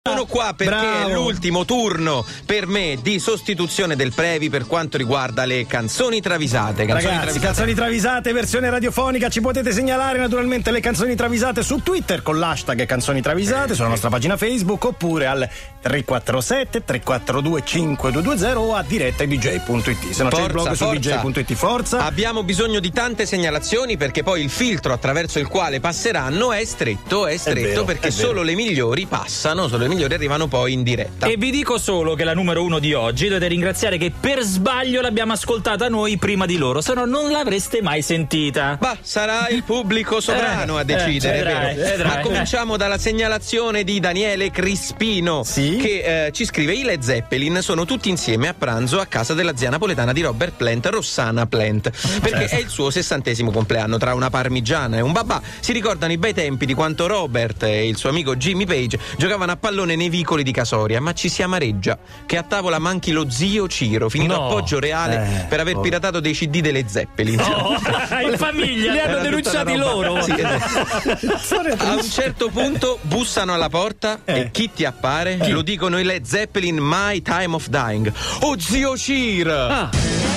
Sono qua perché è l'ultimo turno per me di sostituzione del Previ per quanto riguarda le canzoni travisate. Canzoni travisate versione radiofonica. Ci potete segnalare naturalmente le canzoni travisate su Twitter con l'hashtag canzoni travisate sulla nostra pagina Facebook oppure al 347 342 5220 o a diretta.dj.it. Se non c'è il blog su dj.it, forza. Abbiamo bisogno di tante segnalazioni perché poi il filtro attraverso il quale passeranno è stretto perché solo le migliori passano, solo le migliori arrivano poi in diretta. E vi dico solo che la numero 1 di oggi dovete ringraziare che per sbaglio l'abbiamo ascoltata noi prima di loro, se no non l'avreste mai sentita. Ma sarà il pubblico sovrano a decidere, vero? Ma cominciamo dalla segnalazione di Daniele Crispino, che ci scrive: i Led Zeppelin sono tutti insieme a pranzo a casa della zia napoletana di Robert Plant, Rossana Plant, perché è il suo 60° compleanno. Tra una parmigiana e un babà si ricordano i bei tempi di quanto Robert e il suo amico Jimmy Page giocavano a pallone nei vicoli di Casoria, ma ci si amareggia che a tavola manchi lo zio Ciro, finito a Poggio Reale per aver piratato dei CD delle Zeppelin. In famiglia li hanno denunciati loro. Sì, a un certo punto bussano alla porta e chi ti appare? Lo dicono i Led Zeppelin, My Time of Dying. Oh, zio Ciro!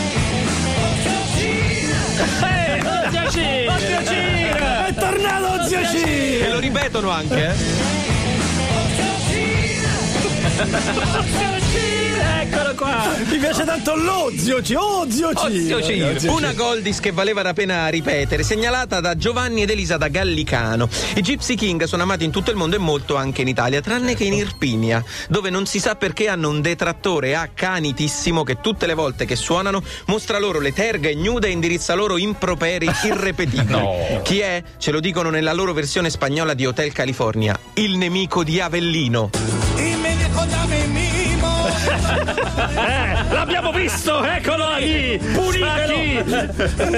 Zio Ciro! È tornato zio Ciro! E lo ripetono anche, Eccolo qua! Mi piace tanto lo zio Ciro! Oh, zio Ciro! Una Goldis che valeva la pena ripetere, segnalata da Giovanni ed Elisa da Gallicano. I Gypsy King sono amati in tutto il mondo e molto anche in Italia, tranne che in Irpinia, dove non si sa perché hanno un detrattore accanitissimo che tutte le volte che suonano mostra loro le terga ignude e indirizza loro improperi irrepetibili. Chi è? Ce lo dicono nella loro versione spagnola di Hotel California: il nemico di Avellino. L'abbiamo visto, eccolo lì! Punitelo!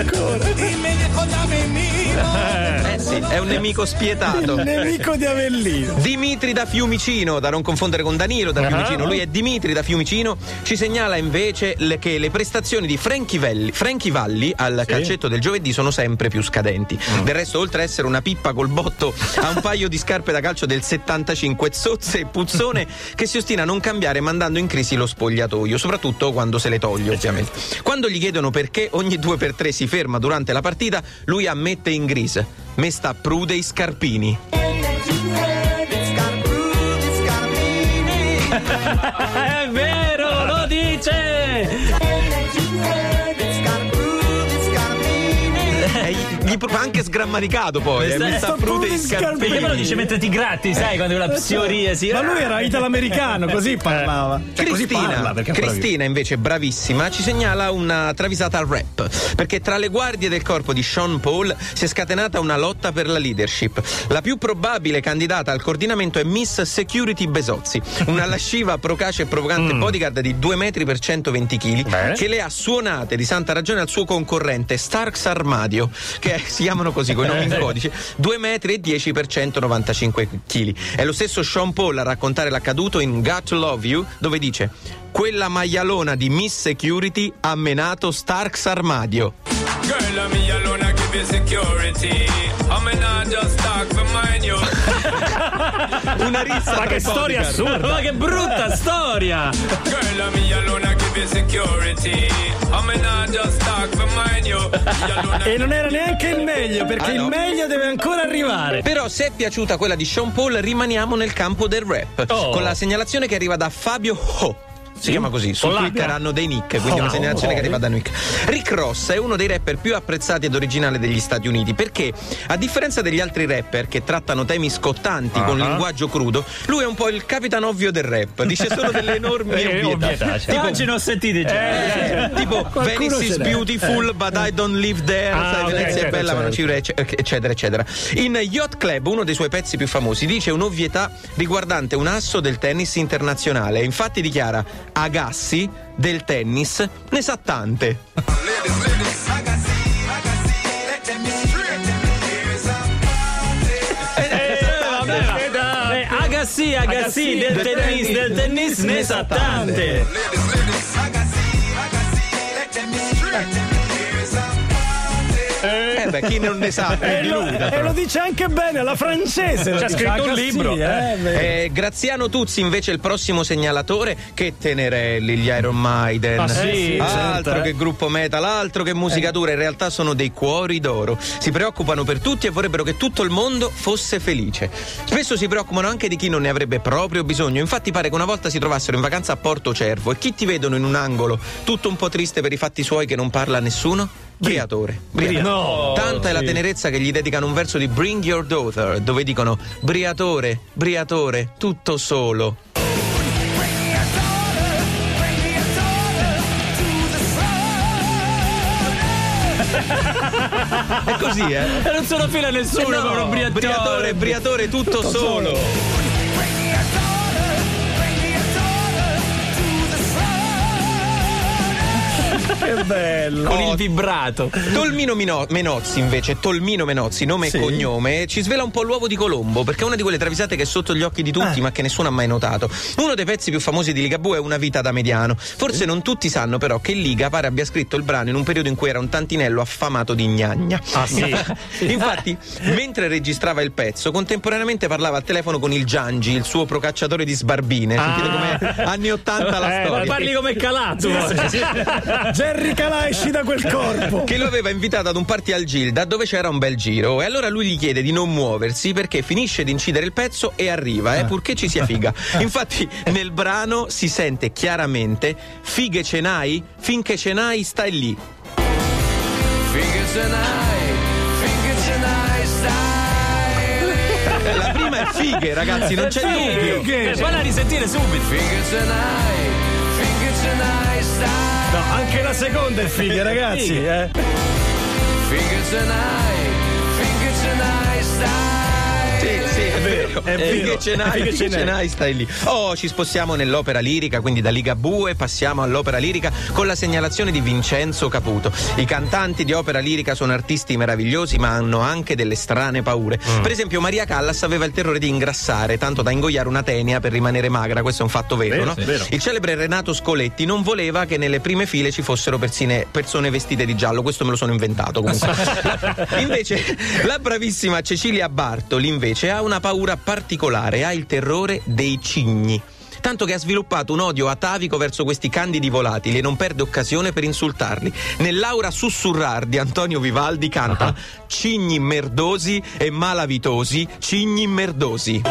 Sì, è un nemico spietato. Il nemico di Avellino. Dimitri da Fiumicino, da non confondere con Danilo da Fiumicino, lui è Dimitri da Fiumicino, ci segnala invece che le prestazioni di Frankie Valli al calcetto del giovedì sono sempre più scadenti. Del resto, oltre a essere una pippa col botto, ha un paio di scarpe da calcio del 75 zozze e puzzone che si ostina a non cambiare, mandando in crisi lo spogliatoio, soprattutto quando se le toglie, ovviamente. Quando gli chiedono perché ogni 2x3 si ferma durante la partita, lui ammette in grise: me sta prude i scarpini. È vero, lo dice! Anche sgrammaticato poi, mi sta prude i scarpini. Perché me lo dice mentre ti gratti, sai, quando la psoriasi. Ma lui era italo-americano, così parlava. Cioè, Cristina invece, bravissima, ci segnala una travisata al rap, perché tra le guardie del corpo di Sean Paul si è scatenata una lotta per la leadership. La più probabile candidata al coordinamento è Miss Security Besozzi, una lasciva, procace e provocante bodyguard di 2 metri per 120 kg che le ha suonate di santa ragione al suo concorrente Starks Armadio, che si chiamano così con i nomi in codice, 2 metri e 10 per 195 kg. È lo stesso Sean Paul a raccontare l'accaduto in Got to Love You, dove dice: quella maialona di Miss Security ha menato Starks Armadio. Girl, la maialona give you security. Una rissa. Ma che storia assurda, ma che brutta storia. Girl, la maialona give you security. E non era neanche il meglio, perché il meglio deve ancora arrivare. Però se è piaciuta quella di Sean Paul, rimaniamo nel campo del rap, con la segnalazione che arriva da Fabio Ho. Si chiama così, su Twitter hanno dei nick, quindi una segnalazione che arriva da Nick. Rick Ross è uno dei rapper più apprezzati ed originali degli Stati Uniti, perché a differenza degli altri rapper che trattano temi scottanti con linguaggio crudo, lui è un po' il Capitan Ovvio del rap, dice solo delle enormi ovvietà. Tipo, oggi non ho sentito già. Tipo Venice is beautiful but I don't live there, Venezia è bella ma non ci vivrei, eccetera eccetera. In Yacht Club, uno dei suoi pezzi più famosi, dice un'ovvietà riguardante un asso del tennis internazionale, infatti dichiara: Agassi del tennis ne sa tante. Agassi del tennis ne sa tante. beh, chi non ne sa, E lo dice anche bene alla francese. C'ha scritto un libro. Graziano Tuzzi invece il prossimo segnalatore. Che tenerelli gli Iron Maiden. Altro che gruppo metal, altro che musicatura. In realtà sono dei cuori d'oro. Si preoccupano per tutti e vorrebbero che tutto il mondo fosse felice. Spesso si preoccupano anche di chi non ne avrebbe proprio bisogno. Infatti pare che una volta si trovassero in vacanza a Porto Cervo e chi ti vedono in un angolo tutto un po' triste per i fatti suoi che non parla a nessuno? Briatore. No, Tanta è la tenerezza che gli dedicano un verso di Bring Your Daughter, dove dicono: Briatore, Briatore, tutto solo. È così, E non sono fila a nessuno, no, Briatore, Briatore, tutto solo. Che bello. Con il vibrato. Tolmino Menozzi invece, Tolmino Menozzi, nome e cognome, ci svela un po' l'uovo di Colombo, perché è una di quelle travisate che è sotto gli occhi di tutti ma che nessuno ha mai notato. Uno dei pezzi più famosi di Ligabue è Una vita da mediano. Forse non tutti sanno però che Liga pare abbia scritto il brano in un periodo in cui era un tantinello affamato di gnagna. Infatti, mentre registrava il pezzo, contemporaneamente parlava al telefono con il Giangi, il suo procacciatore di sbarbine. Sentite com'è anni 80 la storia. Parli come Calato. Jerry Calà, esci da quel corpo. Che lo aveva invitato ad un party al Gilda dove c'era un bel giro, e allora lui gli chiede di non muoversi perché finisce di incidere il pezzo e arriva, purché ci sia figa. Infatti nel brano si sente chiaramente: fighe ce n'hai? Finché ce n'hai stai lì. Fighe ce n'hai, stai. La prima è fighe, ragazzi, non c'è dubbio. Falla risentire subito. Fighe ce n'hai, stai. No, anche la seconda è figa, ragazzi. Fighe ce n'hai, stai. Sì, è vero. Finché ce n'hai, stai lì. Ci spostiamo nell'opera lirica, quindi da Ligabue passiamo all'opera lirica con la segnalazione di Vincenzo Caputo. I cantanti di opera lirica sono artisti meravigliosi, ma hanno anche delle strane paure. Per esempio, Maria Callas aveva il terrore di ingrassare, tanto da ingoiare una tenia per rimanere magra. Questo è un fatto vero, no? Vero. Il celebre Renato Scoletti non voleva che nelle prime file ci fossero persone vestite di giallo. Questo me lo sono inventato comunque. Invece la bravissima Cecilia Bartoli invece ha una paura particolare, ha il terrore dei cigni. Tanto che ha sviluppato un odio atavico verso questi candidi volatili e non perde occasione per insultarli. Nell'aura sussurrar di Antonio Vivaldi canta: cigni merdosi e malavitosi, cigni merdosi.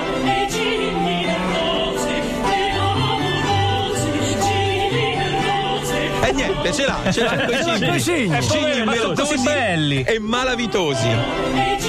E niente, ce l'ha coi cigni. Cigni merdosi belli e malavitosi.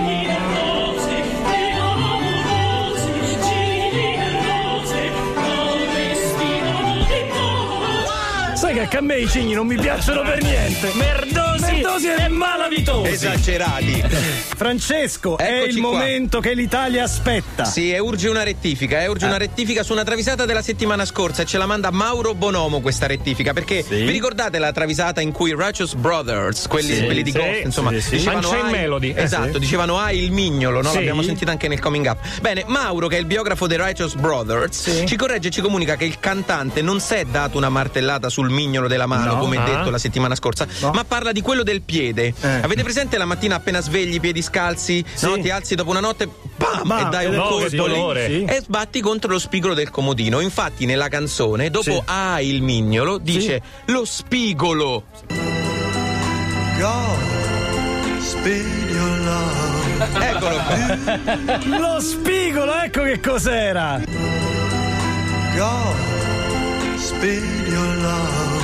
Sai che a me i cigni non mi piacciono per niente. Merdosi e malavitosi. Esagerati. Francesco, è Eccoci il qua. momento che l'Italia aspetta. Sì, urge una rettifica, una rettifica su una travisata della settimana scorsa, e ce la manda Mauro Bonomo questa rettifica, perché vi ricordate la travisata in cui Righteous Brothers, quelli di Ghost, insomma, dicevano Unchained Melody. Esatto, dicevano il mignolo, no? Sì. L'abbiamo sentita anche nel coming up. Bene, Mauro, che è il biografo dei Righteous Brothers, ci corregge e ci comunica che il cantante non si è dato una martellata sul mignolo della mano, come detto la settimana scorsa, ma parla di quello del piede. Avete presente la mattina appena svegli, piedi scalzi, no? Ti alzi dopo una notte, bam, e dai un colpo lì e sbatti contro lo spigolo del comodino. Infatti nella canzone, dopo il mignolo, dice lo spigolo. Eccolo qua. Lo spigolo, ecco che cos'era. God, speed your love.